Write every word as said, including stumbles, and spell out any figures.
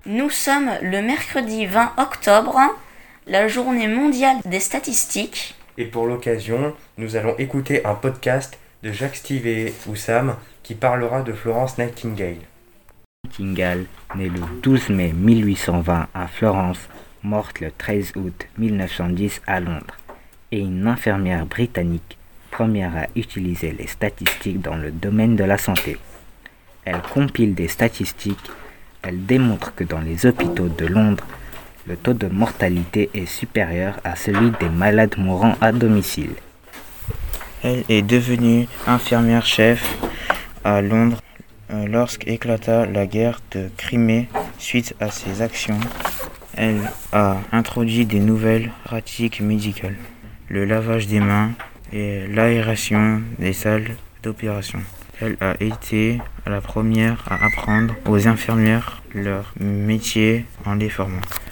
Nous sommes le mercredi vingt octobre, la journée mondiale des statistiques. Et pour l'occasion, nous allons écouter un podcast de Jacques Steve et Oussam qui parlera de Florence Nightingale. Nightingale, née le douze mai mille huit cent vingt à Florence, morte le treize août mille neuf cent dix à Londres, est une infirmière britannique, première à utiliser les statistiques dans le domaine de la santé. Elle compile des statistiques, elle démontre que dans les hôpitaux de Londres, le taux de mortalité est supérieur à celui des malades mourant à domicile. Elle est devenue infirmière-chef à Londres euh, lorsqu'éclata la guerre de Crimée. Suite à ses actions, elle a introduit des nouvelles pratiques médicales, le lavage des mains et l'aération des salles d'opération. Elle a été la première à apprendre aux infirmières leur métier en les formant.